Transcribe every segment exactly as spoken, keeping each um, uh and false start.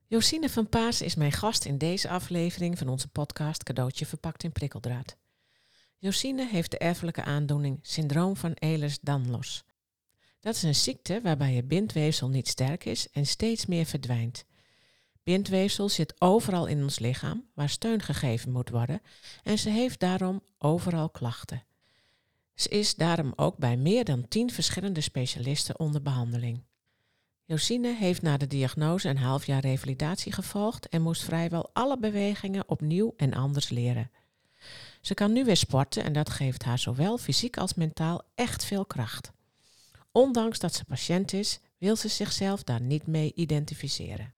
Josine van Paas is mijn gast in deze aflevering van onze podcast Cadeautje verpakt in prikkeldraad. Josine heeft de erfelijke aandoening syndroom van Ehlers-Danlos. Dat is een ziekte waarbij je bindweefsel niet sterk is en steeds meer verdwijnt. Bindweefsel zit overal in ons lichaam waar steun gegeven moet worden en ze heeft daarom overal klachten. Ze is daarom ook bij meer dan tien verschillende specialisten onder behandeling. Josine heeft na de diagnose een half jaar revalidatie gevolgd en moest vrijwel alle bewegingen opnieuw en anders leren. Ze kan nu weer sporten en dat geeft haar zowel fysiek als mentaal echt veel kracht. Ondanks dat ze patiënt is, wil ze zichzelf daar niet mee identificeren.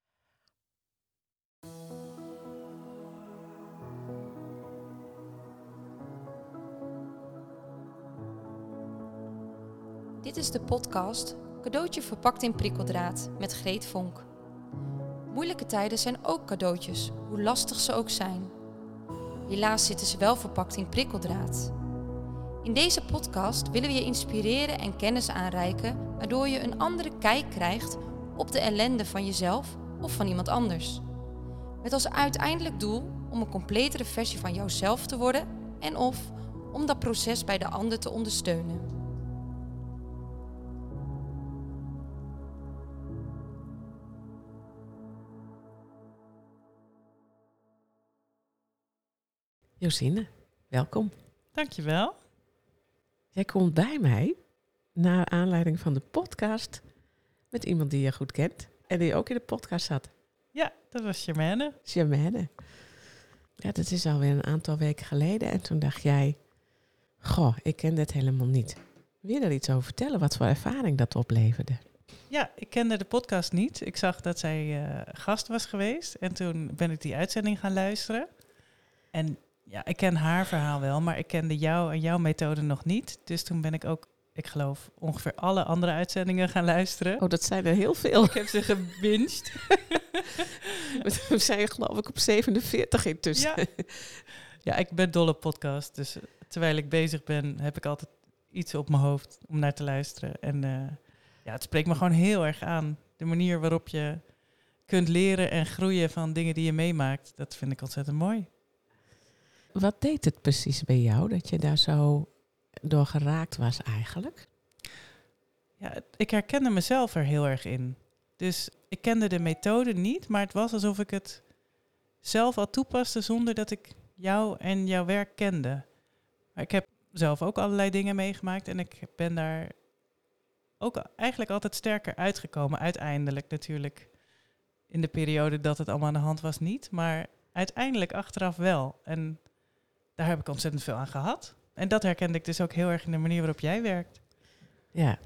Dit is de podcast Cadeautje verpakt in prikkeldraad met Greet Vonk. Moeilijke tijden zijn ook cadeautjes, hoe lastig ze ook zijn. Helaas zitten ze wel verpakt in prikkeldraad. In deze podcast willen we je inspireren en kennis aanreiken, waardoor je een andere kijk krijgt op de ellende van jezelf of van iemand anders. Met als uiteindelijk doel om een completere versie van jouzelf te worden en of om dat proces bij de ander te ondersteunen. Josine, welkom. Dankjewel. Jij komt bij mij naar aanleiding van de podcast met iemand die je goed kent en die ook in de podcast zat. Ja, dat was Germaine. Germaine. Ja, dat is alweer een aantal weken geleden en toen dacht jij, goh, ik ken dit helemaal niet. Wil je daar iets over vertellen, wat voor ervaring dat opleverde? Ja, ik kende de podcast niet. Ik zag dat zij uh, gast was geweest en toen ben ik die uitzending gaan luisteren. En ja, ik ken haar verhaal wel, maar ik kende jou en jouw methode nog niet. Dus toen ben ik ook, ik geloof, ongeveer alle andere uitzendingen gaan luisteren. Oh, dat zijn er heel veel. Ik heb ze gebinged. We zijn geloof ik op zevenenveertig intussen. Ja. Ja, ik ben dol op podcast. Dus terwijl ik bezig ben, heb ik altijd iets op mijn hoofd om naar te luisteren. En uh, ja, het spreekt me gewoon heel erg aan. De manier waarop je kunt leren en groeien van dingen die je meemaakt, dat vind ik ontzettend mooi. Wat deed het precies bij jou dat je daar zo door geraakt was eigenlijk? Ja, ik herkende mezelf er heel erg in. Dus ik kende de methode niet, maar het was alsof ik het zelf al toepaste zonder dat ik jou en jouw werk kende. Maar ik heb zelf ook allerlei dingen meegemaakt en ik ben daar ook eigenlijk altijd sterker uitgekomen. Uiteindelijk natuurlijk in de periode dat het allemaal aan de hand was niet, maar uiteindelijk achteraf wel. En daar heb ik ontzettend veel aan gehad. En dat herkende ik dus ook heel erg in de manier waarop jij werkt. Ja.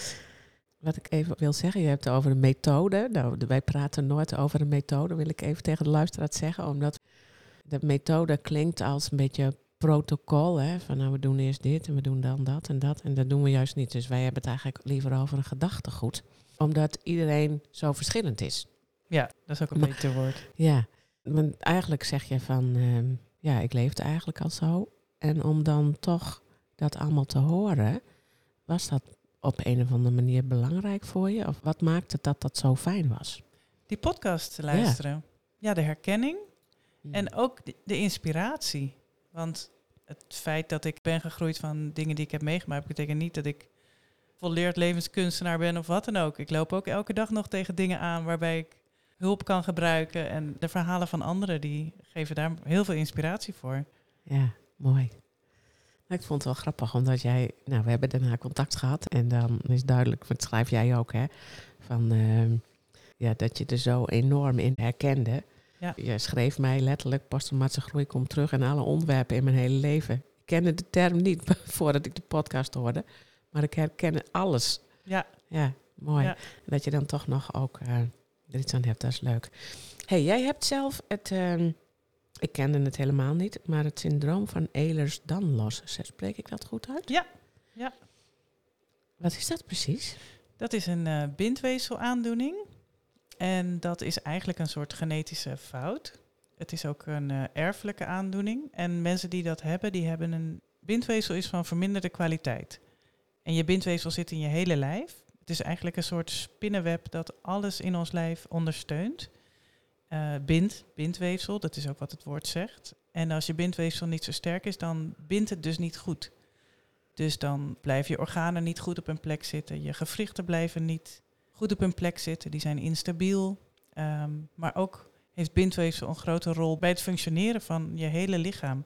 Wat ik even wil zeggen, je hebt het over een methode. Nou, wij praten nooit over een methode, wil ik even tegen de luisteraar zeggen. Omdat de methode klinkt als een beetje protocol. Hè? Van nou, we doen eerst dit en we doen dan dat en dat. En dat doen we juist niet. Dus wij hebben het eigenlijk liever over een gedachtegoed. Omdat iedereen zo verschillend is. Ja, dat is ook een maar, beter woord. Ja, want eigenlijk zeg je van, uh, ja, ik leefde eigenlijk al zo. En om dan toch dat allemaal te horen, was dat op een of andere manier belangrijk voor je? Of wat maakte dat dat zo fijn was? Die podcast te luisteren. Ja, ja de herkenning ja. En ook de, de inspiratie. Want het feit dat ik ben gegroeid van dingen die ik heb meegemaakt, betekent niet dat ik volleerd levenskunstenaar ben of wat dan ook. Ik loop ook elke dag nog tegen dingen aan waarbij ik hulp kan gebruiken. En de verhalen van anderen, die geven daar heel veel inspiratie voor. Ja, mooi. Ik vond het wel grappig, omdat jij, nou, we hebben daarna contact gehad en dan is duidelijk, wat schrijf jij ook, hè, van uh, ja, dat je er zo enorm in herkende. Ja. Je schreef mij letterlijk, posttraumatische groei komt terug in alle onderwerpen in mijn hele leven. Ik kende de term niet voordat ik de podcast hoorde, maar ik herken alles. Ja. Ja, mooi. Ja. En dat je dan toch nog ook uh, er iets aan hebt, dat is leuk. Hey, jij hebt zelf het... Uh, Ik kende het helemaal niet, maar het syndroom van Ehlers-Danlos. Spreek ik dat goed uit? Ja. Ja. Wat is dat precies? Dat is een uh, bindweefselaandoening. En dat is eigenlijk een soort genetische fout. Het is ook een uh, erfelijke aandoening. En mensen die dat hebben, die hebben een bindweefsel is van verminderde kwaliteit. En je bindweefsel zit in je hele lijf. Het is eigenlijk een soort spinnenweb dat alles in ons lijf ondersteunt. uh, bind, bindweefsel. Dat is ook wat het woord zegt. En als je bindweefsel niet zo sterk is, dan bindt het dus niet goed. Dus dan blijven je organen niet goed op hun plek zitten. Je gewrichten blijven niet goed op hun plek zitten. Die zijn instabiel. Um, maar ook heeft bindweefsel een grote rol bij het functioneren van je hele lichaam.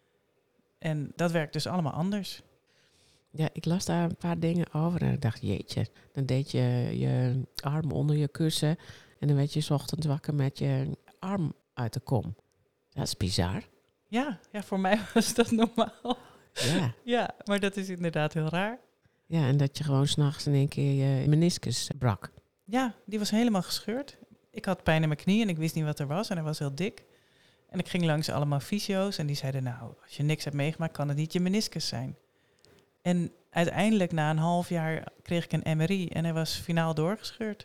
En dat werkt dus allemaal anders. Ja, ik las daar een paar dingen over en ik dacht, jeetje, dan deed je je arm onder je kussen en dan werd je 's ochtends wakker met je arm uit de kom. Dat is bizar. Ja, ja, voor mij was dat normaal. Ja. Ja, maar dat is inderdaad heel raar. Ja, en dat je gewoon 's nachts in één keer je meniscus brak. Ja, die was helemaal gescheurd. Ik had pijn in mijn knie en ik wist niet wat er was en hij was heel dik. En ik ging langs allemaal fysio's en die zeiden, nou, als je niks hebt meegemaakt, kan het niet je meniscus zijn. En uiteindelijk, na een half jaar, kreeg ik een M R I en hij was finaal doorgescheurd.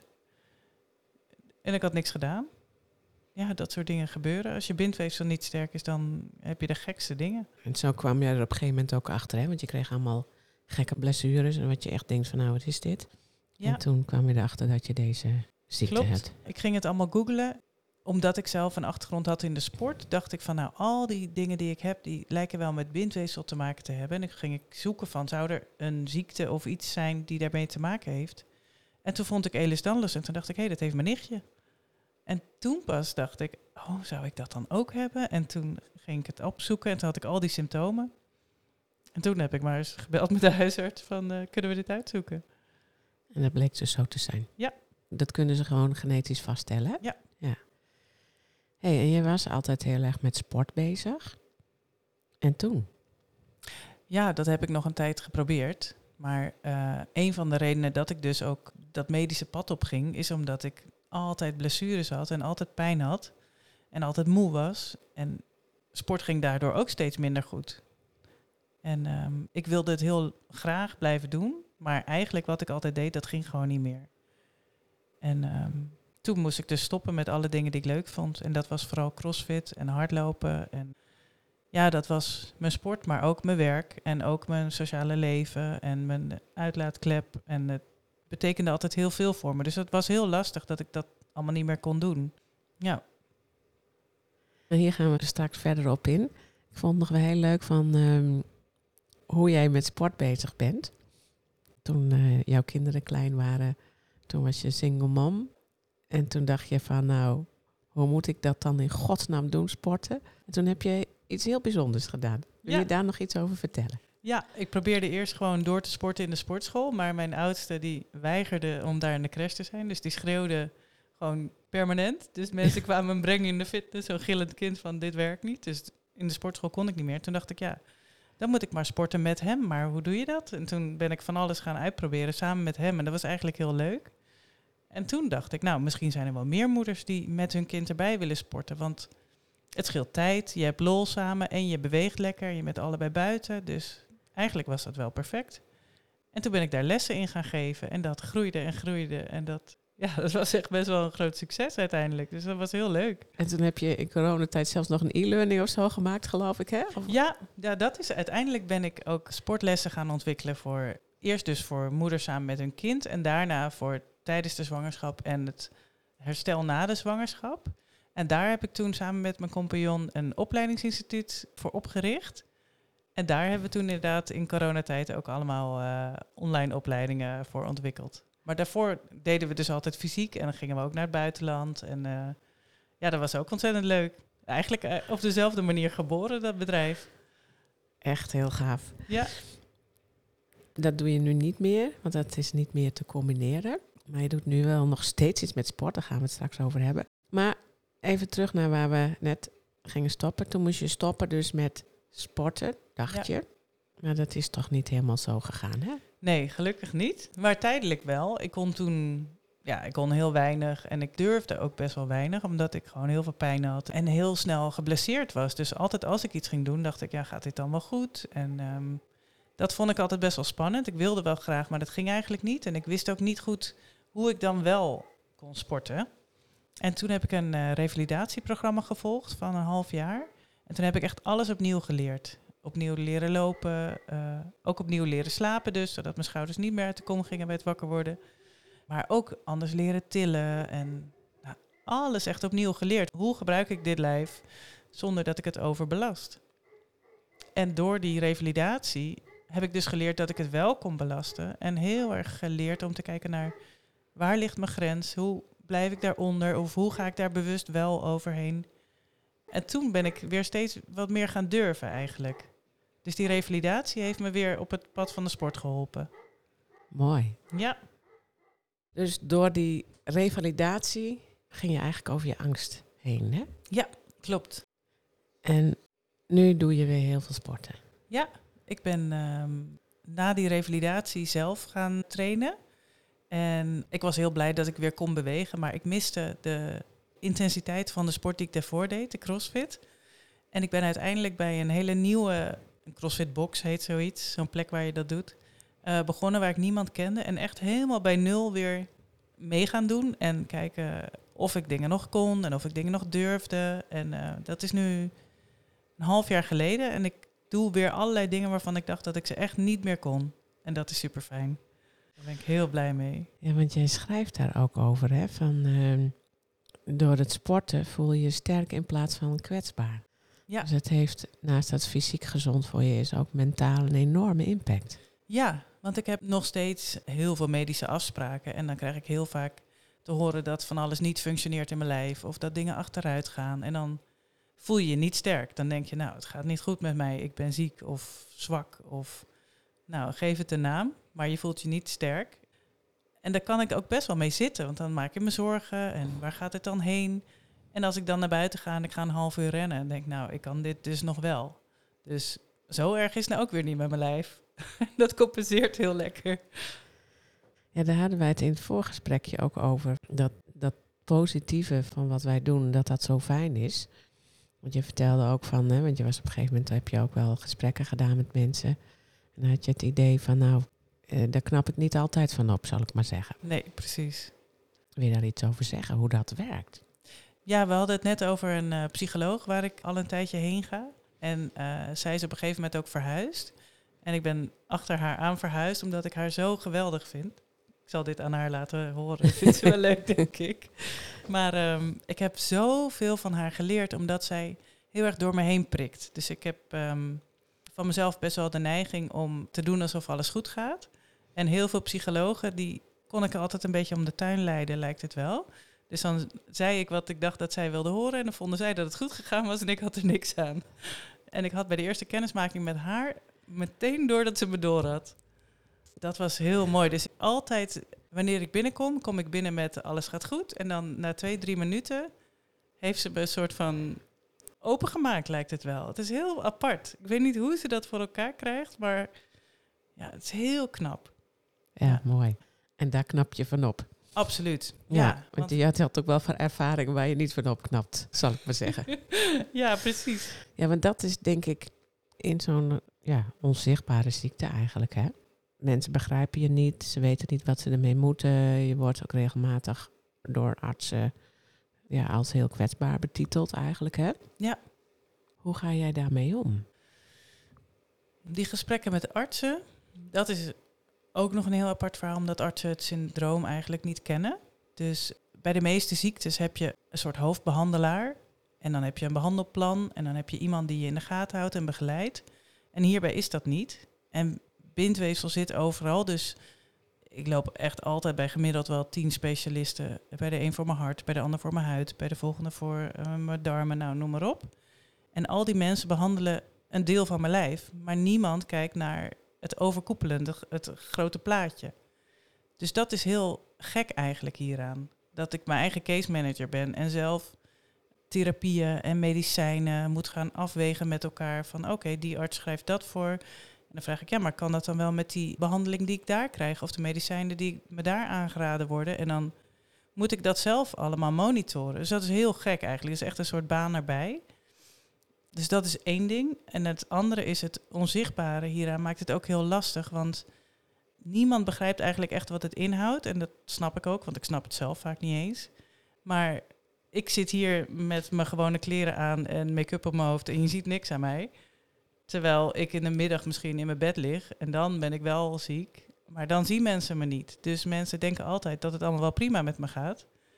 En ik had niks gedaan. Ja, dat soort dingen gebeuren. Als je bindweefsel niet sterk is, dan heb je de gekste dingen. En zo kwam je er op een gegeven moment ook achter, hè? Want je kreeg allemaal gekke blessures en wat je echt denkt van, nou, wat is dit? Ja. En toen kwam je erachter dat je deze ziekte Klopt. hebt. Ik ging het allemaal googlen. Omdat ik zelf een achtergrond had in de sport, dacht ik van, nou, al die dingen die ik heb, die lijken wel met bindweefsel te maken te hebben. En dan ging ik zoeken van, zou er een ziekte of iets zijn die daarmee te maken heeft? En toen vond ik Ehlers-Danlos en toen dacht ik, hé, hey, dat heeft mijn nichtje. En toen pas dacht ik, oh, zou ik dat dan ook hebben? En toen ging ik het opzoeken en toen had ik al die symptomen. En toen heb ik maar eens gebeld met de huisarts van, uh, kunnen we dit uitzoeken? En dat bleek dus zo te zijn. Ja. Dat kunnen ze gewoon genetisch vaststellen, hè? Ja. Ja. Hey, en je was altijd heel erg met sport bezig. En toen? Ja, dat heb ik nog een tijd geprobeerd. Maar uh, een van de redenen dat ik dus ook dat medische pad op ging, is omdat ik altijd blessures had en altijd pijn had. En altijd moe was. En sport ging daardoor ook steeds minder goed. En um, ik wilde het heel graag blijven doen. Maar eigenlijk wat ik altijd deed, dat ging gewoon niet meer. En um, toen moest ik dus stoppen met alle dingen die ik leuk vond. En dat was vooral crossfit en hardlopen. En ja, dat was mijn sport, maar ook mijn werk. En ook mijn sociale leven en mijn uitlaatklep. En het betekende altijd heel veel voor me. Dus het was heel lastig dat ik dat allemaal niet meer kon doen. Ja. En hier gaan we straks verder op in. Ik vond het nog wel heel leuk van um, hoe jij met sport bezig bent. Toen uh, jouw kinderen klein waren, toen was je single mom. En toen dacht je van, nou, hoe moet ik dat dan in godsnaam doen, sporten? En toen heb je iets heel bijzonders gedaan. Wil Ja. je daar nog iets over vertellen? Ja, ik probeerde eerst gewoon door te sporten in de sportschool. Maar mijn oudste die weigerde om daar in de crash te zijn. Dus die schreeuwde gewoon permanent. Dus mensen kwamen me brengen in de fitness. Zo'n gillend kind van, dit werkt niet. Dus in de sportschool kon ik niet meer. Toen dacht ik, ja, dan moet ik maar sporten met hem. Maar hoe doe je dat? En toen ben ik van alles gaan uitproberen samen met hem. En dat was eigenlijk heel leuk. En toen dacht ik, nou, misschien zijn er wel meer moeders die met hun kind erbij willen sporten. Want het scheelt tijd, je hebt lol samen en je beweegt lekker. Je bent allebei buiten, dus eigenlijk was dat wel perfect. En toen ben ik daar lessen in gaan geven en dat groeide en groeide. En dat, ja, dat was echt best wel een groot succes uiteindelijk. Dus dat was heel leuk. En toen heb je in coronatijd zelfs nog een e-learning of zo gemaakt, geloof ik, hè? Of... Ja, ja, dat is uiteindelijk ben ik ook sportlessen gaan ontwikkelen voor, eerst dus voor moeders samen met hun kind en daarna voor tijdens de zwangerschap en het herstel na de zwangerschap. En daar heb ik toen samen met mijn compagnon een opleidingsinstituut voor opgericht. En daar hebben we toen inderdaad in coronatijd ook allemaal uh, online opleidingen voor ontwikkeld. Maar daarvoor deden we dus altijd fysiek en dan gingen we ook naar het buitenland. En uh, ja, dat was ook ontzettend leuk. Eigenlijk uh, op dezelfde manier geboren, dat bedrijf. Echt heel gaaf. Ja. Dat doe je nu niet meer, want dat is niet meer te combineren. Maar je doet nu wel nog steeds iets met sport, daar gaan we het straks over hebben. Maar even terug naar waar we net gingen stoppen. Toen moest je stoppen dus met sporten, dacht ja. je. Maar dat is toch niet helemaal zo gegaan, hè? Nee, gelukkig niet. Maar tijdelijk wel. Ik kon toen, ja, ik kon heel weinig en ik durfde ook best wel weinig, omdat ik gewoon heel veel pijn had en heel snel geblesseerd was. Dus altijd als ik iets ging doen, dacht ik, ja, gaat dit dan wel goed? En um, dat vond ik altijd best wel spannend. Ik wilde wel graag, maar dat ging eigenlijk niet. En ik wist ook niet goed hoe ik dan wel kon sporten. En toen heb ik een uh, revalidatieprogramma gevolgd van een half jaar. En toen heb ik echt alles opnieuw geleerd. Opnieuw leren lopen, uh, ook opnieuw leren slapen dus, zodat mijn schouders niet meer uit de kom gingen bij het wakker worden. Maar ook anders leren tillen en nou, alles echt opnieuw geleerd. Hoe gebruik ik dit lijf zonder dat ik het overbelast? En door die revalidatie heb ik dus geleerd dat ik het wel kon belasten. En heel erg geleerd om te kijken naar waar ligt mijn grens? Hoe blijf ik daaronder? Of hoe ga ik daar bewust wel overheen? En toen ben ik weer steeds wat meer gaan durven eigenlijk. Dus die revalidatie heeft me weer op het pad van de sport geholpen. Mooi. Ja. Dus door die revalidatie ging je eigenlijk over je angst heen, hè? Ja, klopt. En nu doe je weer heel veel sporten. Ja, ik ben um, na die revalidatie zelf gaan trainen. En ik was heel blij dat ik weer kon bewegen, maar ik miste de intensiteit van de sport die ik daarvoor deed, de CrossFit. En ik ben uiteindelijk bij een hele nieuwe, een CrossFit Box heet zoiets, zo'n plek waar je dat doet, uh, begonnen waar ik niemand kende. En echt helemaal bij nul weer mee gaan doen en kijken of ik dingen nog kon en of ik dingen nog durfde. En uh, dat is nu een half jaar geleden en ik doe weer allerlei dingen waarvan ik dacht dat ik ze echt niet meer kon. En dat is super fijn. Daar ben ik heel blij mee. Ja, want jij schrijft daar ook over, hè? Van uh, door het sporten voel je je sterk in plaats van kwetsbaar. Ja. Dus het heeft, naast dat fysiek gezond voor je is, ook mentaal een enorme impact. Ja, want ik heb nog steeds heel veel medische afspraken. En dan krijg ik heel vaak te horen dat van alles niet functioneert in mijn lijf. Of dat dingen achteruit gaan. En dan voel je je niet sterk. Dan denk je, nou, het gaat niet goed met mij. Ik ben ziek of zwak. Of, nou, geef het een naam. Maar je voelt je niet sterk. En daar kan ik ook best wel mee zitten. Want dan maak ik me zorgen. En waar gaat het dan heen? En als ik dan naar buiten ga en ik ga een half uur rennen. En denk, nou, ik kan dit dus nog wel. Dus zo erg is het nou ook weer niet met mijn lijf. Dat compenseert heel lekker. Ja, daar hadden wij het in het voorgesprekje ook over. Dat, dat positieve van wat wij doen, dat dat zo fijn is. Want je vertelde ook van, hè, want je was op een gegeven moment, heb je ook wel gesprekken gedaan met mensen. En dan had je het idee van, nou, eh, daar knap ik niet altijd van op, zal ik maar zeggen. Nee, precies. Wil je daar iets over zeggen, hoe dat werkt? Ja, we hadden het net over een uh, psycholoog waar ik al een tijdje heen ga. En uh, zij is op een gegeven moment ook verhuisd. En ik ben achter haar aan verhuisd, omdat ik haar zo geweldig vind. Ik zal dit aan haar laten horen. Dat vindt ze wel leuk, denk ik. Maar um, ik heb zoveel van haar geleerd, omdat zij heel erg door me heen prikt. Dus ik heb um, van mezelf best wel de neiging om te doen alsof alles goed gaat. En heel veel psychologen, die kon ik altijd een beetje om de tuin leiden, lijkt het wel. Dus dan zei ik wat ik dacht dat zij wilde horen. En dan vonden zij dat het goed gegaan was en ik had er niks aan. En ik had bij de eerste kennismaking met haar meteen door dat ze me door had. Dat was heel mooi. Dus altijd, wanneer ik binnenkom, kom ik binnen met alles gaat goed. En dan na twee, drie minuten heeft ze me een soort van opengemaakt, lijkt het wel. Het is heel apart. Ik weet niet hoe ze dat voor elkaar krijgt, maar ja, het is heel knap. Ja, ja. Mooi. En daar knap je van op. Absoluut. Ja, Ja, want, want je had ook wel van ervaring waar je niet van opknapt, zal ik maar zeggen. Ja, precies. Ja, want dat is denk ik in zo'n ja, onzichtbare ziekte eigenlijk, hè? Mensen begrijpen je niet, ze weten niet wat ze ermee moeten. Je wordt ook regelmatig door artsen ja, als heel kwetsbaar betiteld eigenlijk, hè? Ja. Hoe ga jij daarmee om? Die gesprekken met artsen, dat is ook nog een heel apart verhaal, omdat artsen het syndroom eigenlijk niet kennen. Dus bij de meeste ziektes heb je een soort hoofdbehandelaar. En dan heb je een behandelplan. En dan heb je iemand die je in de gaten houdt en begeleidt. En hierbij is dat niet. En bindweefsel zit overal. Dus ik loop echt altijd bij gemiddeld wel tien specialisten. Bij de een voor mijn hart, bij de ander voor mijn huid, bij de volgende voor uh, mijn darmen, nou noem maar op. En al die mensen behandelen een deel van mijn lijf. Maar niemand kijkt naar het overkoepelende, het grote plaatje. Dus dat is heel gek eigenlijk hieraan. Dat ik mijn eigen case manager ben en zelf therapieën en medicijnen moet gaan afwegen met elkaar. Van oké, okay, die arts schrijft dat voor. En dan vraag ik, ja, maar kan dat dan wel met die behandeling die ik daar krijg? Of de medicijnen die me daar aangeraden worden? En dan moet ik dat zelf allemaal monitoren. Dus dat is heel gek eigenlijk. Dat is echt een soort baan erbij. Dus dat is één ding. En het andere is het onzichtbare hieraan maakt het ook heel lastig. Want niemand begrijpt eigenlijk echt wat het inhoudt. En dat snap ik ook, want ik snap het zelf vaak niet eens. Maar ik zit hier met mijn gewone kleren aan en make-up op mijn hoofd en je ziet niks aan mij. Terwijl ik in de middag misschien in mijn bed lig en dan ben ik wel ziek. Maar dan zien mensen me niet. Dus mensen denken altijd dat het allemaal wel prima met me gaat.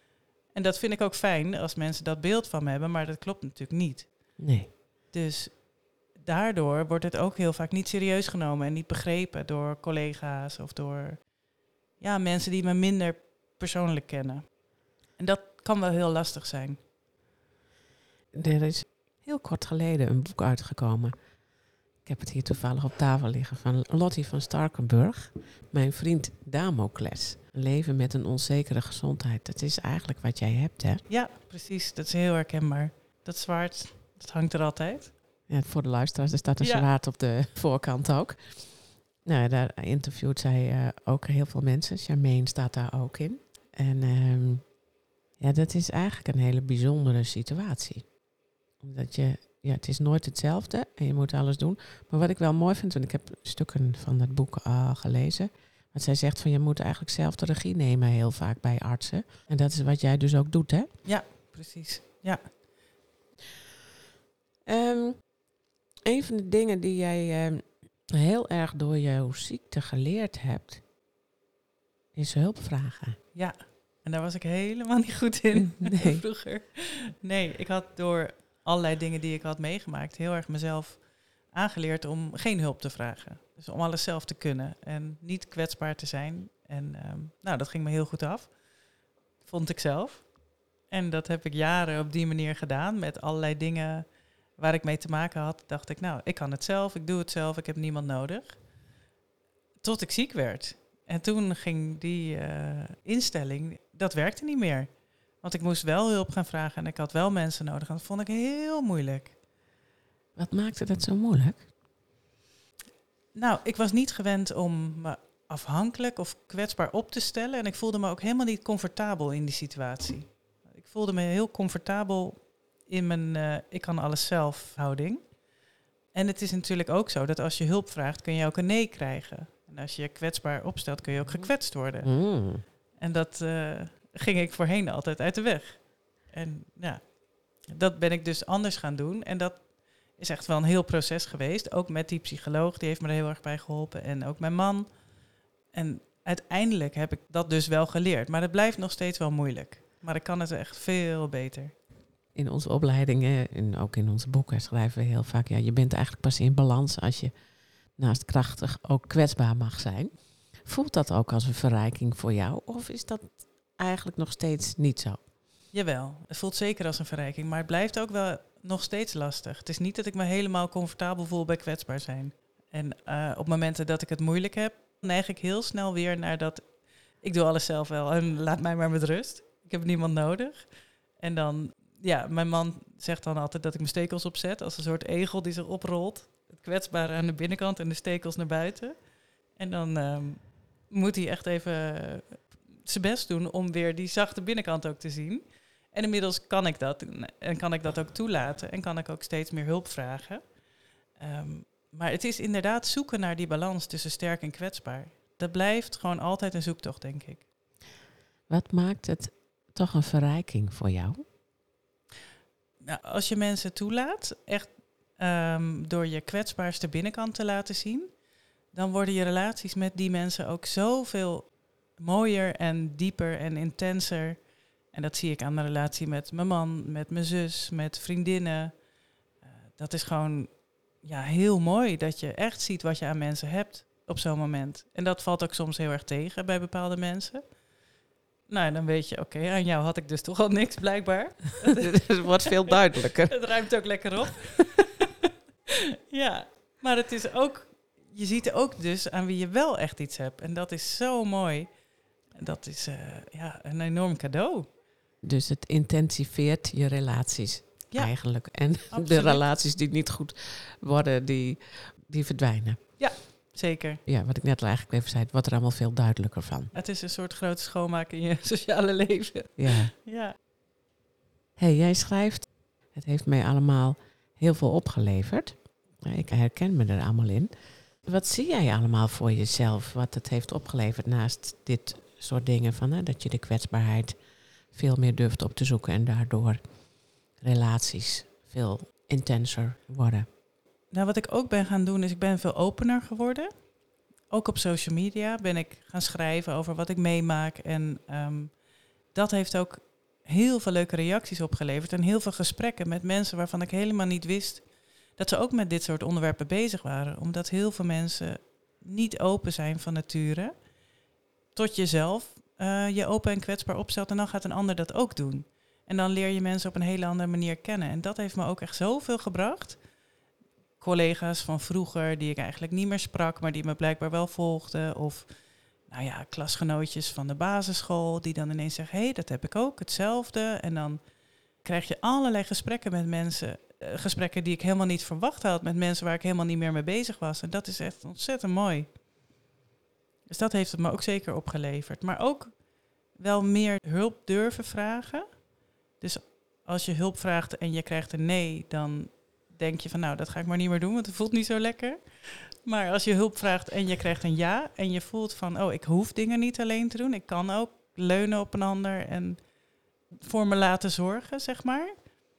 En dat vind ik ook fijn als mensen dat beeld van me hebben, maar dat klopt natuurlijk niet. Nee. Dus daardoor wordt het ook heel vaak niet serieus genomen en niet begrepen door collega's of door ja, mensen die me minder persoonlijk kennen. En dat kan wel heel lastig zijn. Er is heel kort geleden een boek uitgekomen. Ik heb het hier toevallig op tafel liggen van Lottie van Starkenburg. Mijn vriend Damocles. Een leven met een onzekere gezondheid. Dat is eigenlijk wat jij hebt, hè? Ja, precies. Dat is heel herkenbaar. Dat zwaard, dat hangt er altijd. Ja, voor de luisteraars, er staat een Ja. zwaard op de voorkant ook. Nou, daar interviewt zij uh, ook heel veel mensen. Charmaine staat daar ook in. En uh, ja, dat is eigenlijk een hele bijzondere situatie. Omdat je, ja, het is nooit hetzelfde en je moet alles doen. Maar wat ik wel mooi vind, want ik heb stukken van dat boek al gelezen. Want zij zegt van je moet eigenlijk zelf de regie nemen heel vaak bij artsen. En dat is wat jij dus ook doet, hè? Ja, precies. Ja. Um, een van de dingen die jij um, heel erg door jouw ziekte geleerd hebt, is hulp vragen. Ja, en daar was ik helemaal niet goed in Nee. vroeger. Nee, ik had door allerlei dingen die ik had meegemaakt heel erg mezelf aangeleerd om geen hulp te vragen. Dus om alles zelf te kunnen en niet kwetsbaar te zijn. En um, nou, dat ging me heel goed af, vond ik zelf. En dat heb ik jaren op die manier gedaan met allerlei dingen waar ik mee te maken had. Dacht ik, nou, ik kan het zelf, ik doe het zelf, ik heb niemand nodig. Tot ik ziek werd. En toen ging die uh, instelling, dat werkte niet meer. Want ik moest wel hulp gaan vragen en ik had wel mensen nodig. En dat vond ik heel moeilijk. Wat maakte dat zo moeilijk? Nou, ik was niet gewend om me afhankelijk of kwetsbaar op te stellen. En ik voelde me ook helemaal niet comfortabel in die situatie. Ik voelde me heel comfortabel in mijn uh, ik kan alles zelf houding. En het is natuurlijk ook zo dat als je hulp vraagt, kun je ook een nee krijgen. En als je je kwetsbaar opstelt, kun je ook gekwetst worden. Mm. En dat uh, ging ik voorheen altijd uit de weg. En ja, dat ben ik dus anders gaan doen. En dat is echt wel een heel proces geweest. Ook met die psycholoog, die heeft me er heel erg bij geholpen. En ook mijn man. En uiteindelijk heb ik dat dus wel geleerd. Maar het blijft nog steeds wel moeilijk. Maar ik kan het echt veel beter. In onze opleidingen en ook in onze boeken schrijven we heel vaak, ja, je bent eigenlijk pas in balans als je naast krachtig ook kwetsbaar mag zijn. Voelt dat ook als een verrijking voor jou? Of is dat eigenlijk nog steeds niet zo? Jawel, het voelt zeker als een verrijking. Maar het blijft ook wel nog steeds lastig. Het is niet dat ik me helemaal comfortabel voel bij kwetsbaar zijn. En uh, op momenten dat ik het moeilijk heb, neig ik heel snel weer naar dat ik doe alles zelf wel en laat mij maar met rust. Ik heb niemand nodig. En dan, ja, mijn man zegt dan altijd dat ik mijn stekels opzet als een soort egel die zich oprolt. Het kwetsbare aan de binnenkant en de stekels naar buiten. En dan um, moet hij echt even zijn best doen om weer die zachte binnenkant ook te zien. En inmiddels kan ik dat en kan ik dat ook toelaten en kan ik ook steeds meer hulp vragen. Um, maar het is inderdaad zoeken naar die balans tussen sterk en kwetsbaar. Dat blijft gewoon altijd een zoektocht, denk ik. Wat maakt het toch een verrijking voor jou? Nou, als je mensen toelaat, echt um, door je kwetsbaarste binnenkant te laten zien, dan worden je relaties met die mensen ook zoveel mooier en dieper en intenser. En dat zie ik aan de relatie met mijn man, met mijn zus, met vriendinnen. Uh, dat is gewoon ja, heel mooi dat je echt ziet wat je aan mensen hebt op zo'n moment. En dat valt ook soms heel erg tegen bij bepaalde mensen. Nou, dan weet je, oké, okay, aan jou had ik dus toch al niks, blijkbaar. Het wordt veel duidelijker. Het ruimt ook lekker op. Ja, maar het is ook, je ziet ook dus aan wie je wel echt iets hebt. En dat is zo mooi. Dat is uh, ja, een enorm cadeau. Dus het intensiveert je relaties ja, eigenlijk. En absoluut. De relaties die niet goed worden, die, die verdwijnen. Ja, zeker. Ja, wat ik net eigenlijk even zei, het wordt er allemaal veel duidelijker van. Het is een soort grote schoonmaak in je sociale leven. Ja. Ja. Hey, jij schrijft, het heeft mij allemaal heel veel opgeleverd. Ik herken me er allemaal in. Wat zie jij allemaal voor jezelf, wat het heeft opgeleverd naast dit soort dingen van, hè, dat je de kwetsbaarheid veel meer durft op te zoeken en daardoor relaties veel intenser worden? Nou, wat ik ook ben gaan doen is ik ben veel opener geworden. Ook op social media ben ik gaan schrijven over wat ik meemaak. En um, dat heeft ook heel veel leuke reacties opgeleverd. En heel veel gesprekken met mensen waarvan ik helemaal niet wist dat ze ook met dit soort onderwerpen bezig waren. Omdat heel veel mensen niet open zijn van nature. Tot jezelf uh, je open en kwetsbaar opstelt en dan gaat een ander dat ook doen. En dan leer je mensen op een hele andere manier kennen. En dat heeft me ook echt zoveel gebracht. Collega's van vroeger die ik eigenlijk niet meer sprak, maar die me blijkbaar wel volgden. Of nou ja, klasgenootjes van de basisschool die dan ineens zeggen, hé, hey, dat heb ik ook, hetzelfde. En dan krijg je allerlei gesprekken met mensen. Uh, gesprekken die ik helemaal niet verwacht had. Met mensen waar ik helemaal niet meer mee bezig was. En dat is echt ontzettend mooi. Dus dat heeft het me ook zeker opgeleverd. Maar ook wel meer hulp durven vragen. Dus als je hulp vraagt en je krijgt een nee, dan denk je van nou, dat ga ik maar niet meer doen, want het voelt niet zo lekker. Maar als je hulp vraagt en je krijgt een ja en je voelt van oh, ik hoef dingen niet alleen te doen. Ik kan ook leunen op een ander en voor me laten zorgen, zeg maar.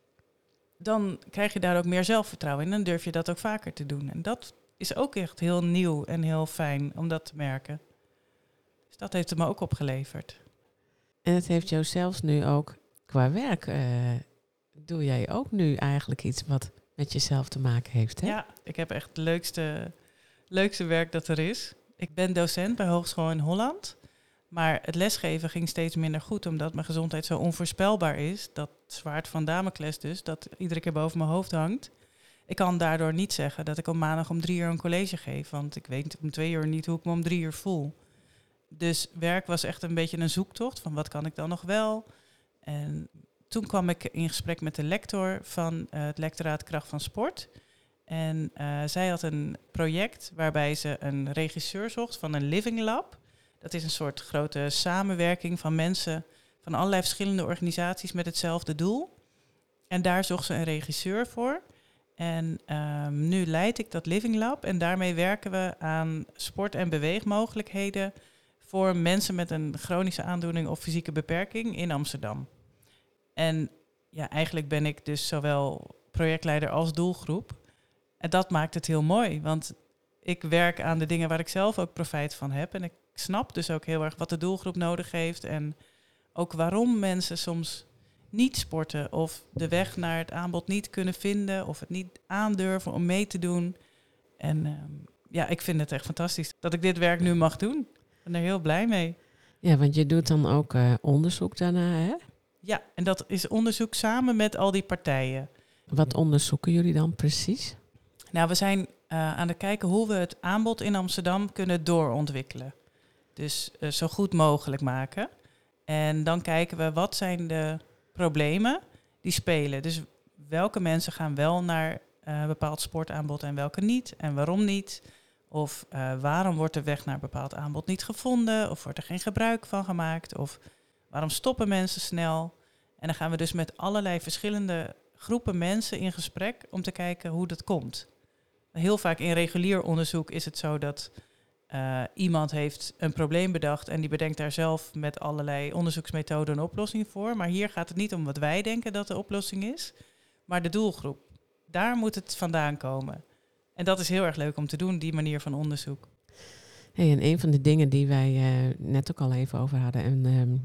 Dan krijg je daar ook meer zelfvertrouwen in. Dan durf je dat ook vaker te doen. En dat is ook echt heel nieuw en heel fijn om dat te merken. Dus dat heeft het me ook opgeleverd. En het heeft jou zelfs nu ook qua werk, uh, doe jij ook nu eigenlijk iets wat met jezelf te maken heeft, hè? Ja, ik heb echt het leukste, leukste werk dat er is. Ik ben docent bij Hogeschool in Holland. Maar het lesgeven ging steeds minder goed, omdat mijn gezondheid zo onvoorspelbaar is. Dat zwaard van Damocles dus, dat iedere keer boven mijn hoofd hangt. Ik kan daardoor niet zeggen dat ik op maandag om drie uur een college geef. Want ik weet om twee uur niet hoe ik me om drie uur voel. Dus werk was echt een beetje een zoektocht van wat kan ik dan nog wel. En toen kwam ik in gesprek met de lector van uh, het lectoraat Kracht van Sport. En uh, zij had een project waarbij ze een regisseur zocht van een Living Lab. Dat is een soort grote samenwerking van mensen van allerlei verschillende organisaties met hetzelfde doel. En daar zocht ze een regisseur voor. En um, nu leid ik dat Living Lab en daarmee werken we aan sport- en beweegmogelijkheden voor mensen met een chronische aandoening of fysieke beperking in Amsterdam. En ja, eigenlijk ben ik dus zowel projectleider als doelgroep. En dat maakt het heel mooi, want ik werk aan de dingen waar ik zelf ook profijt van heb. En ik snap dus ook heel erg wat de doelgroep nodig heeft en ook waarom mensen soms niet sporten of de weg naar het aanbod niet kunnen vinden of het niet aandurven om mee te doen. En um, ja, ik vind het echt fantastisch dat ik dit werk nu mag doen. Ik ben er heel blij mee. Ja, want je doet dan ook uh, onderzoek daarna, hè? Ja, en dat is onderzoek samen met al die partijen. Wat onderzoeken jullie dan precies? Nou, we zijn uh, aan het kijken hoe we het aanbod in Amsterdam kunnen doorontwikkelen. Dus uh, zo goed mogelijk maken. En dan kijken we wat zijn de problemen die spelen. Dus welke mensen gaan wel naar een uh, bepaald sportaanbod en welke niet? En waarom niet? Of uh, waarom wordt de weg naar een bepaald aanbod niet gevonden? Of wordt er geen gebruik van gemaakt? Of waarom stoppen mensen snel? En dan gaan we dus met allerlei verschillende groepen mensen in gesprek om te kijken hoe dat komt. Heel vaak in regulier onderzoek is het zo dat uh, iemand heeft een probleem bedacht en die bedenkt daar zelf met allerlei onderzoeksmethoden een oplossing voor. Maar hier gaat het niet om wat wij denken dat de oplossing is, maar de doelgroep. Daar moet het vandaan komen. En dat is heel erg leuk om te doen, die manier van onderzoek. Hey, en een van de dingen die wij uh, net ook al even over hadden en um,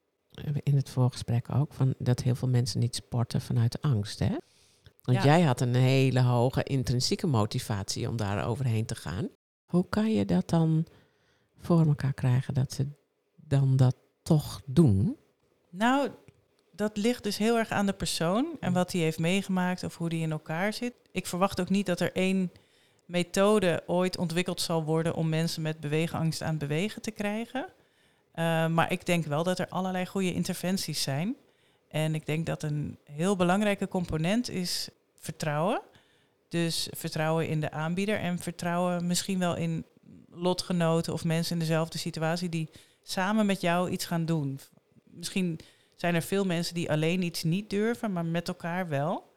in het voorgesprek ook, van dat heel veel mensen niet sporten vanuit angst, hè? Want ja. Jij had een hele hoge intrinsieke motivatie om daar overheen te gaan. Hoe kan je dat dan voor elkaar krijgen dat ze dan dat toch doen? Nou, dat ligt dus heel erg aan de persoon en wat hij heeft meegemaakt of hoe die in elkaar zit. Ik verwacht ook niet dat er één methode ooit ontwikkeld zal worden om mensen met beweegangst aan het bewegen te krijgen. Uh, maar ik denk wel dat er allerlei goede interventies zijn. En ik denk dat een heel belangrijke component is vertrouwen. Dus vertrouwen in de aanbieder en vertrouwen misschien wel in lotgenoten of mensen in dezelfde situatie die samen met jou iets gaan doen. Misschien zijn er veel mensen die alleen iets niet durven, maar met elkaar wel.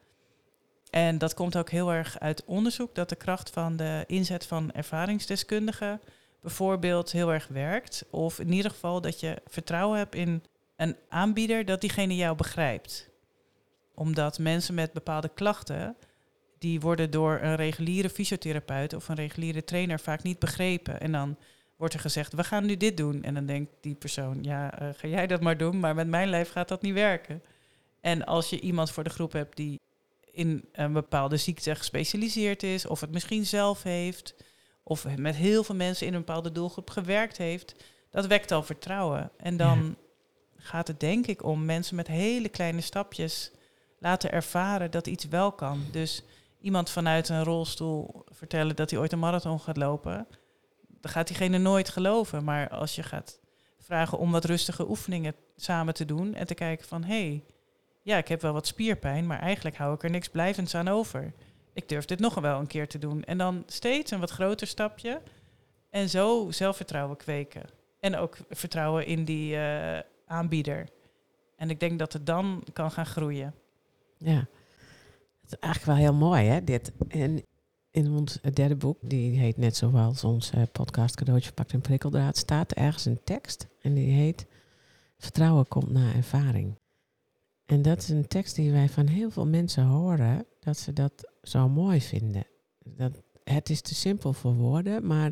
En dat komt ook heel erg uit onderzoek, dat de kracht van de inzet van ervaringsdeskundigen bijvoorbeeld heel erg werkt. Of in ieder geval dat je vertrouwen hebt in een aanbieder, dat diegene jou begrijpt. Omdat mensen met bepaalde klachten, die worden door een reguliere fysiotherapeut of een reguliere trainer vaak niet begrepen. En dan wordt er gezegd, we gaan nu dit doen. En dan denkt die persoon, ja, uh, ga jij dat maar doen, maar met mijn lijf gaat dat niet werken. En als je iemand voor de groep hebt die in een bepaalde ziekte gespecialiseerd is, of het misschien zelf heeft, of met heel veel mensen in een bepaalde doelgroep gewerkt heeft, dat wekt al vertrouwen. En dan ja. gaat het denk ik om mensen met hele kleine stapjes laten ervaren dat iets wel kan. Dus iemand vanuit een rolstoel vertellen dat hij ooit een marathon gaat lopen, dan gaat diegene nooit geloven. Maar als je gaat vragen om wat rustige oefeningen samen te doen en te kijken van, hé, hey, ja, ik heb wel wat spierpijn, maar eigenlijk hou ik er niks blijvends aan over. Ik durf dit nog wel een keer te doen. En dan steeds een wat groter stapje en zo zelfvertrouwen kweken. En ook vertrouwen in die uh, aanbieder. En ik denk dat het dan kan gaan groeien. Ja, het is eigenlijk wel heel mooi, hè, dit. En in ons derde boek, die heet net zoals onze podcast Cadeautje Verpakt in Prikkeldraad, staat ergens een tekst. En die heet Vertrouwen komt na ervaring. En dat is een tekst die wij van heel veel mensen horen, dat ze dat zo mooi vinden. Dat, het is te simpel voor woorden, maar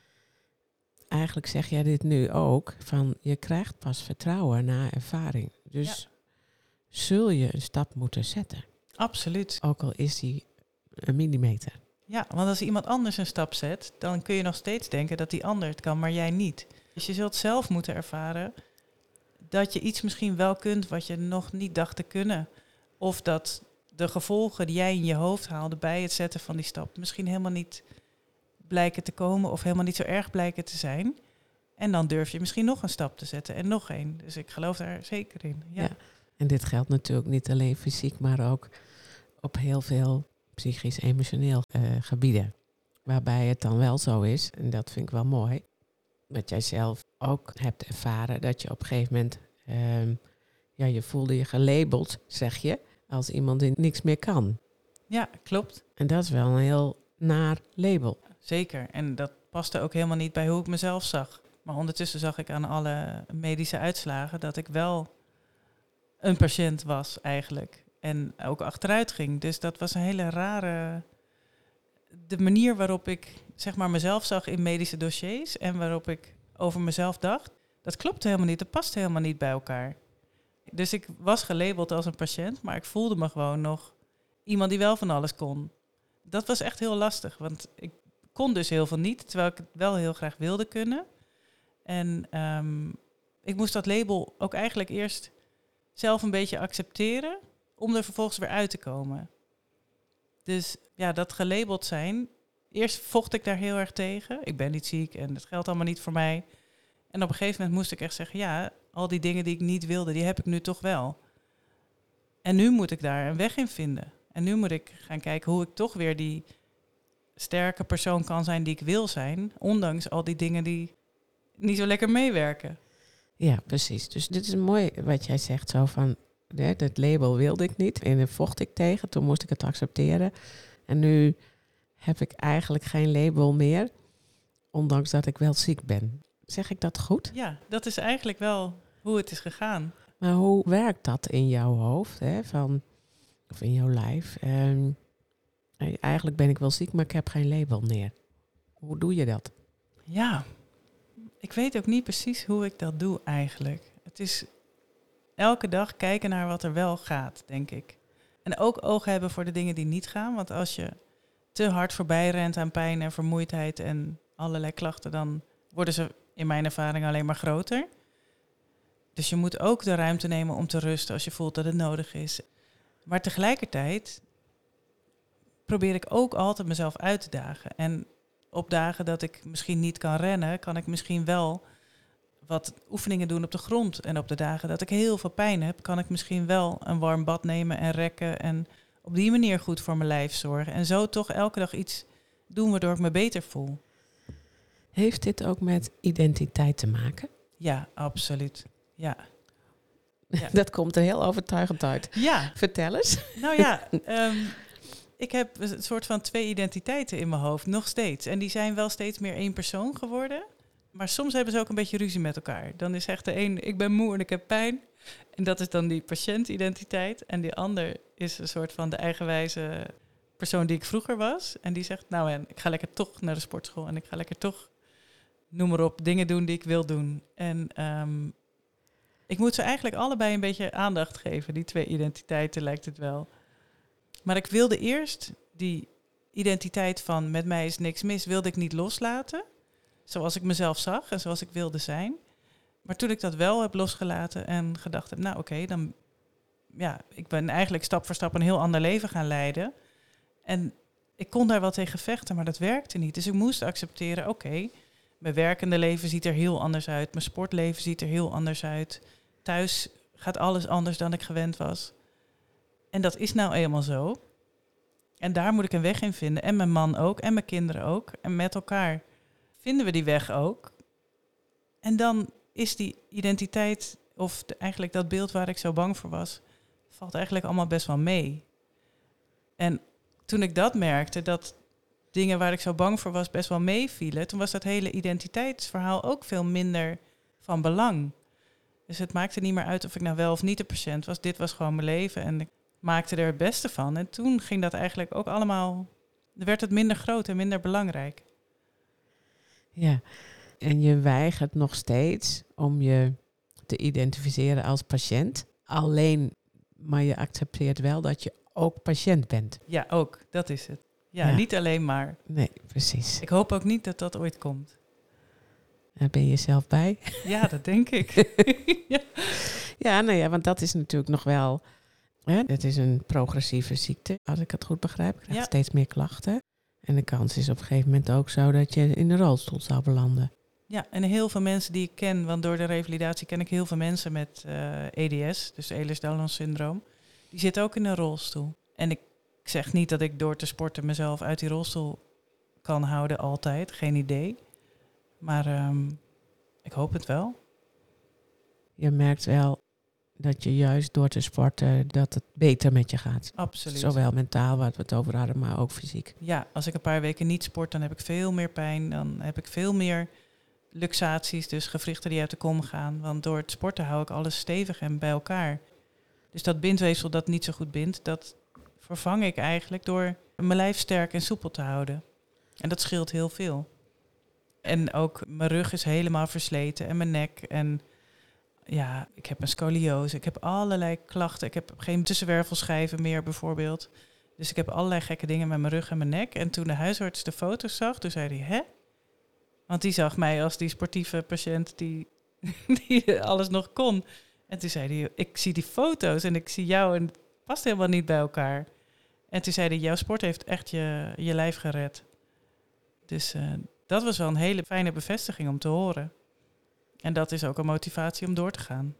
eigenlijk zeg jij dit nu ook, van je krijgt pas vertrouwen na ervaring. Dus ja. zul je een stap moeten zetten. Absoluut. Ook al is die een millimeter. Ja, want als iemand anders een stap zet, dan kun je nog steeds denken dat die ander het kan, maar jij niet. Dus je zult zelf moeten ervaren dat je iets misschien wel kunt wat je nog niet dacht te kunnen. Of dat de gevolgen die jij in je hoofd haalde bij het zetten van die stap misschien helemaal niet blijken te komen of helemaal niet zo erg blijken te zijn. En dan durf je misschien nog een stap te zetten en nog één. Dus ik geloof daar zeker in. Ja. Ja, en dit geldt natuurlijk niet alleen fysiek, maar ook op heel veel psychisch, emotioneel uh, gebieden. Waarbij het dan wel zo is, en dat vind ik wel mooi, dat jij zelf ook hebt ervaren dat je op een gegeven moment, um, ja, je voelde je gelabeld, zeg je, als iemand die niks meer kan. Ja, klopt. En dat is wel een heel naar label. Zeker, en dat paste ook helemaal niet bij hoe ik mezelf zag. Maar ondertussen zag ik aan alle medische uitslagen dat ik wel een patiënt was eigenlijk. En ook achteruit ging. Dus dat was een hele rare, de manier waarop ik zeg maar mezelf zag in medische dossiers en waarop ik over mezelf dacht, dat klopte helemaal niet, dat paste helemaal niet bij elkaar. Dus ik was gelabeld als een patiënt, maar ik voelde me gewoon nog iemand die wel van alles kon. Dat was echt heel lastig, want ik kon dus heel veel niet, terwijl ik het wel heel graag wilde kunnen. En um, ik moest dat label ook eigenlijk eerst zelf een beetje accepteren, om er vervolgens weer uit te komen. Dus ja, dat gelabeld zijn, eerst vocht ik daar heel erg tegen. Ik ben niet ziek en dat geldt allemaal niet voor mij. En op een gegeven moment moest ik echt zeggen, ja, al die dingen die ik niet wilde, die heb ik nu toch wel. En nu moet ik daar een weg in vinden. En nu moet ik gaan kijken hoe ik toch weer die sterke persoon kan zijn die ik wil zijn, ondanks al die dingen die niet zo lekker meewerken. Ja, precies. Dus dit is mooi wat jij zegt, zo van, hè, dat label wilde ik niet en daar vocht ik tegen, toen moest ik het accepteren. En nu heb ik eigenlijk geen label meer, ondanks dat ik wel ziek ben. Zeg ik dat goed? Ja, dat is eigenlijk wel hoe het is gegaan. Maar hoe werkt dat in jouw hoofd, hè, van, of in jouw lijf? Um, eigenlijk ben ik wel ziek, maar ik heb geen label meer. Hoe doe je dat? Ja, ik weet ook niet precies hoe ik dat doe eigenlijk. Het is elke dag kijken naar wat er wel gaat, denk ik. En ook oog hebben voor de dingen die niet gaan. Want als je te hard voorbij rent aan pijn en vermoeidheid en allerlei klachten, dan worden ze in mijn ervaring alleen maar groter. Dus je moet ook de ruimte nemen om te rusten als je voelt dat het nodig is. Maar tegelijkertijd probeer ik ook altijd mezelf uit te dagen. En op dagen dat ik misschien niet kan rennen, kan ik misschien wel wat oefeningen doen op de grond. En op de dagen dat ik heel veel pijn heb, kan ik misschien wel een warm bad nemen en rekken. En op die manier goed voor mijn lijf zorgen. En zo toch elke dag iets doen waardoor ik me beter voel. Heeft dit ook met identiteit te maken? Ja, absoluut. Ja. Ja. Dat komt er heel overtuigend uit. Ja. Vertel eens. Nou ja, um, ik heb een soort van twee identiteiten in mijn hoofd, nog steeds. En die zijn wel steeds meer één persoon geworden. Maar soms hebben ze ook een beetje ruzie met elkaar. Dan is echt de een, ik ben moe en ik heb pijn. En dat is dan die patiëntidentiteit. En die ander is een soort van de eigenwijze persoon die ik vroeger was. En die zegt, nou en ik ga lekker toch naar de sportschool en ik ga lekker toch noem maar op, dingen doen die ik wil doen. En um, ik moet ze eigenlijk allebei een beetje aandacht geven. Die twee identiteiten lijkt het wel. Maar ik wilde eerst die identiteit van met mij is niks mis, wilde ik niet loslaten. Zoals ik mezelf zag en zoals ik wilde zijn. Maar toen ik dat wel heb losgelaten en gedacht heb, nou oké, okay, dan ja, ik ben eigenlijk stap voor stap een heel ander leven gaan leiden. En ik kon daar wel tegen vechten, maar dat werkte niet. Dus ik moest accepteren, oké, okay, mijn werkende leven ziet er heel anders uit. Mijn sportleven ziet er heel anders uit. Thuis gaat alles anders dan ik gewend was. En dat is nou eenmaal zo. En daar moet ik een weg in vinden. En mijn man ook, en mijn kinderen ook. En met elkaar vinden we die weg ook. En dan is die identiteit, of de, eigenlijk dat beeld waar ik zo bang voor was, valt eigenlijk allemaal best wel mee. En toen ik dat merkte, dat dingen waar ik zo bang voor was best wel meevielen, toen was dat hele identiteitsverhaal ook veel minder van belang. Dus het maakte niet meer uit of ik nou wel of niet de patiënt was. Dit was gewoon mijn leven en ik maakte er het beste van. En toen ging dat eigenlijk ook allemaal, werd het minder groot en minder belangrijk. Ja, en je weigert nog steeds om je te identificeren als patiënt. Alleen, maar je accepteert wel dat je ook patiënt bent. Ja, ook. Dat is het. Ja, ja. Niet alleen maar. Nee, precies. Ik hoop ook niet dat dat ooit komt. Daar ben je zelf bij? Ja, dat denk ik. ja. ja, nou ja, want dat is natuurlijk nog wel... Hè, het is een progressieve ziekte, als ik het goed begrijp. Ik krijg ja. steeds meer klachten. En de kans is op een gegeven moment ook zo dat je in de rolstoel zou belanden. Ja, en heel veel mensen die ik ken, want door de revalidatie ken ik heel veel mensen met uh, E D S, dus Ehlers-Danlos syndroom. Die zitten ook in een rolstoel. En ik zeg niet dat ik door te sporten mezelf uit die rolstoel kan houden altijd, geen idee. Maar um, ik hoop het wel. Je merkt wel dat je juist door te sporten, dat het beter met je gaat. Absoluut. Zowel mentaal, waar we het over hadden, maar ook fysiek. Ja, als ik een paar weken niet sport, dan heb ik veel meer pijn. Dan heb ik veel meer luxaties, dus gewrichten die uit de kom gaan. Want door het sporten hou ik alles stevig en bij elkaar. Dus dat bindweefsel dat niet zo goed bindt, dat vervang ik eigenlijk door mijn lijf sterk en soepel te houden. En dat scheelt heel veel. En ook mijn rug is helemaal versleten en mijn nek. En ja, ik heb een scoliose. Ik heb allerlei klachten. Ik heb geen tussenwervelschijven meer bijvoorbeeld. Dus ik heb allerlei gekke dingen met mijn rug en mijn nek. En toen de huisarts de foto's zag, toen zei hij, hè? Want die zag mij als die sportieve patiënt die, die alles nog kon. En toen zei hij, ik zie die foto's en ik zie jou en het past helemaal niet bij elkaar. En toen zei hij, jouw sport heeft echt je, je lijf gered. Dus uh, dat was wel een hele fijne bevestiging om te horen. En dat is ook een motivatie om door te gaan.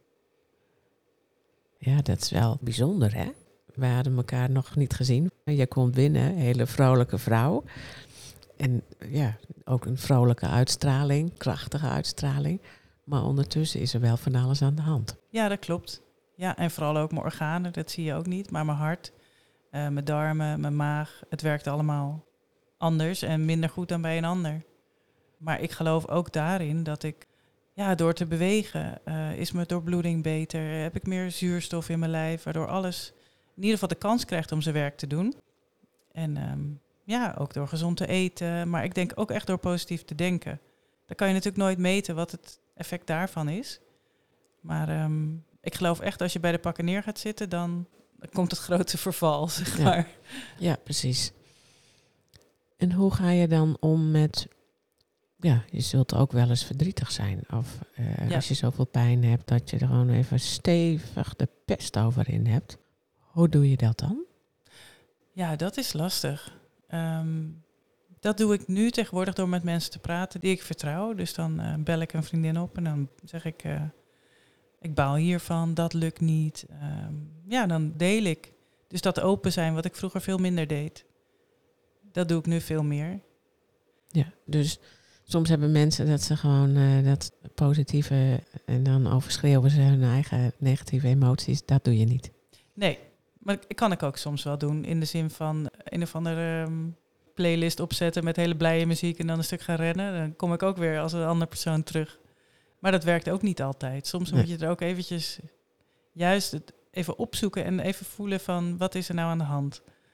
Ja, dat is wel bijzonder, hè? We hadden elkaar nog niet gezien. Jij komt binnen, hele vrolijke vrouw. En ja, ook een vrolijke uitstraling, krachtige uitstraling. Maar ondertussen is er wel van alles aan de hand. Ja, dat klopt. Ja, en vooral ook mijn organen, dat zie je ook niet. Maar mijn hart, uh, mijn darmen, mijn maag, het werkt allemaal anders en minder goed dan bij een ander. Maar ik geloof ook daarin dat ik, ja, door te bewegen, uh, is mijn doorbloeding beter. Heb ik meer zuurstof in mijn lijf, waardoor alles in ieder geval de kans krijgt om zijn werk te doen. En um, ja, ook door gezond te eten. Maar ik denk ook echt door positief te denken. Dan kan je natuurlijk nooit meten wat het effect daarvan is. Maar um, ik geloof echt, als je bij de pakken neer gaat zitten, dan, dan komt het grote verval, zeg ja. maar. Ja, precies. En hoe ga je dan om met... Ja, je zult ook wel eens verdrietig zijn. Of uh, ja. als je zoveel pijn hebt, dat je er gewoon even stevig de pest over in hebt. Hoe doe je dat dan? Ja, dat is lastig. Um, dat doe ik nu tegenwoordig door met mensen te praten die ik vertrouw. Dus dan uh, bel ik een vriendin op en dan zeg ik, uh, ik baal hiervan, dat lukt niet. Um, ja, dan deel ik. Dus dat open zijn, wat ik vroeger veel minder deed. Dat doe ik nu veel meer. Ja, dus soms hebben mensen dat ze gewoon uh, dat positieve en dan overschreeuwen ze hun eigen negatieve emoties. Dat doe je niet. Nee, maar ik kan ik ook soms wel doen. In de zin van een of andere um, playlist opzetten met hele blije muziek en dan een stuk gaan rennen. Dan kom ik ook weer als een andere persoon terug. Maar dat werkt ook niet altijd. Soms nee. moet je er ook eventjes juist het even opzoeken en even voelen van wat is er nou aan de hand.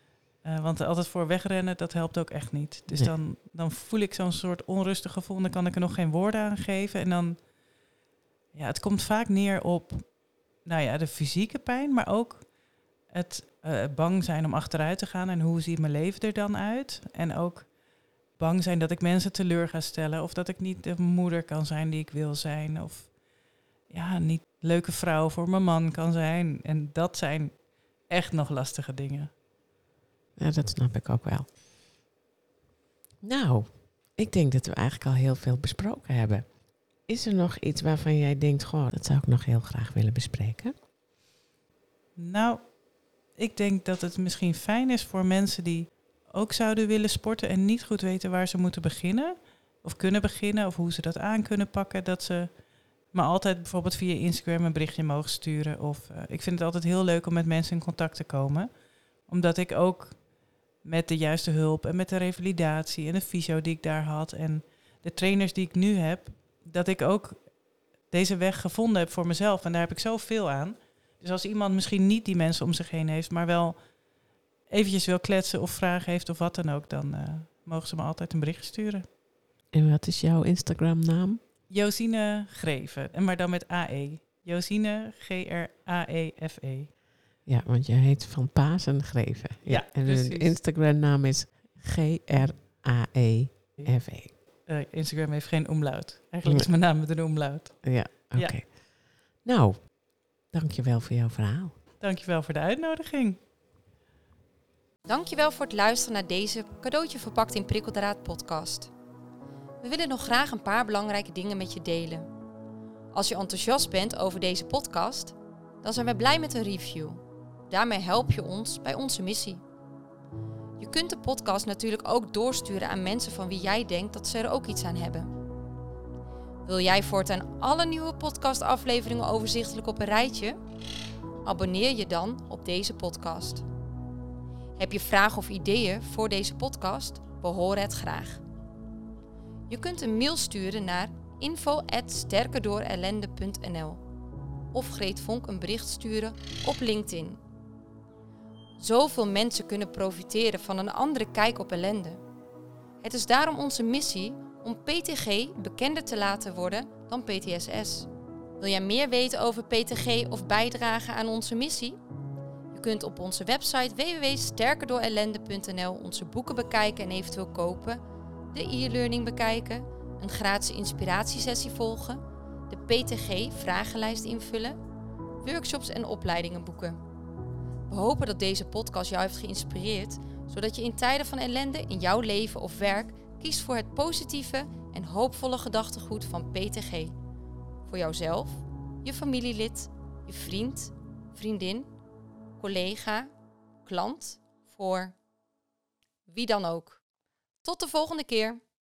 Uh, want altijd voor wegrennen, dat helpt ook echt niet. Dus Nee. dan, dan voel ik zo'n soort onrustig gevoel. Dan kan ik er nog geen woorden aan geven. En dan, ja, het komt vaak neer op, nou ja, de fysieke pijn. Maar ook het uh, bang zijn om achteruit te gaan. En hoe ziet mijn leven er dan uit? En ook bang zijn dat ik mensen teleur ga stellen. Of dat ik niet de moeder kan zijn die ik wil zijn. Of ja, niet leuke vrouw voor mijn man kan zijn. En dat zijn echt nog lastige dingen. Ja, dat snap ik ook wel. Nou, ik denk dat we eigenlijk al heel veel besproken hebben. Is er nog iets waarvan jij denkt, goh, dat zou ik nog heel graag willen bespreken? Nou, ik denk dat het misschien fijn is voor mensen die ook zouden willen sporten en niet goed weten waar ze moeten beginnen. Of kunnen beginnen, of hoe ze dat aan kunnen pakken. Dat ze me altijd bijvoorbeeld via Instagram een berichtje mogen sturen. Of uh, ik vind het altijd heel leuk om met mensen in contact te komen. Omdat ik ook met de juiste hulp en met de revalidatie en de fysio die ik daar had en de trainers die ik nu heb, dat ik ook deze weg gevonden heb voor mezelf. En daar heb ik zoveel aan. Dus als iemand misschien niet die mensen om zich heen heeft, maar wel eventjes wil kletsen of vragen heeft of wat dan ook, dan uh, mogen ze me altijd een bericht sturen. En wat is jouw Instagram-naam? Josine Greven, en maar dan met A E. Josine, G R A E F E. Ja, want je heet Van Paasen Greven. Ja, Ja, en precies. de Instagram-naam is G R A E F E. Uh, Instagram heeft geen omlaut. Eigenlijk is mijn naam met een omlaut. Ja, oké. Okay. Ja. Nou, dankjewel voor jouw verhaal. Dankjewel voor de uitnodiging. Dankjewel voor het luisteren naar deze Cadeautje verpakt in prikkeldraad podcast. We willen nog graag een paar belangrijke dingen met je delen. Als je enthousiast bent over deze podcast, dan zijn we blij met een review. Daarmee help je ons bij onze missie. Je kunt de podcast natuurlijk ook doorsturen aan mensen van wie jij denkt dat ze er ook iets aan hebben. Wil jij voortaan alle nieuwe podcastafleveringen overzichtelijk op een rijtje? Abonneer je dan op deze podcast. Heb je vragen of ideeën voor deze podcast? We horen het graag. Je kunt een mail sturen naar info at sterkerdoorellende punt n l of Greet Vonk een bericht sturen op LinkedIn. Zoveel mensen kunnen profiteren van een andere kijk op ellende. Het is daarom onze missie om P T G bekender te laten worden dan P T S S. Wil jij meer weten over P T G of bijdragen aan onze missie? Je kunt op onze website w w w punt sterkerdoorellende punt n l onze boeken bekijken en eventueel kopen, de e-learning bekijken, een gratis inspiratiesessie volgen, de P T G-vragenlijst invullen, workshops en opleidingen boeken. We hopen dat deze podcast jou heeft geïnspireerd, zodat je in tijden van ellende in jouw leven of werk kiest voor het positieve en hoopvolle gedachtegoed van P T G. Voor jouzelf, je familielid, je vriend, vriendin, collega, klant, voor wie dan ook. Tot de volgende keer!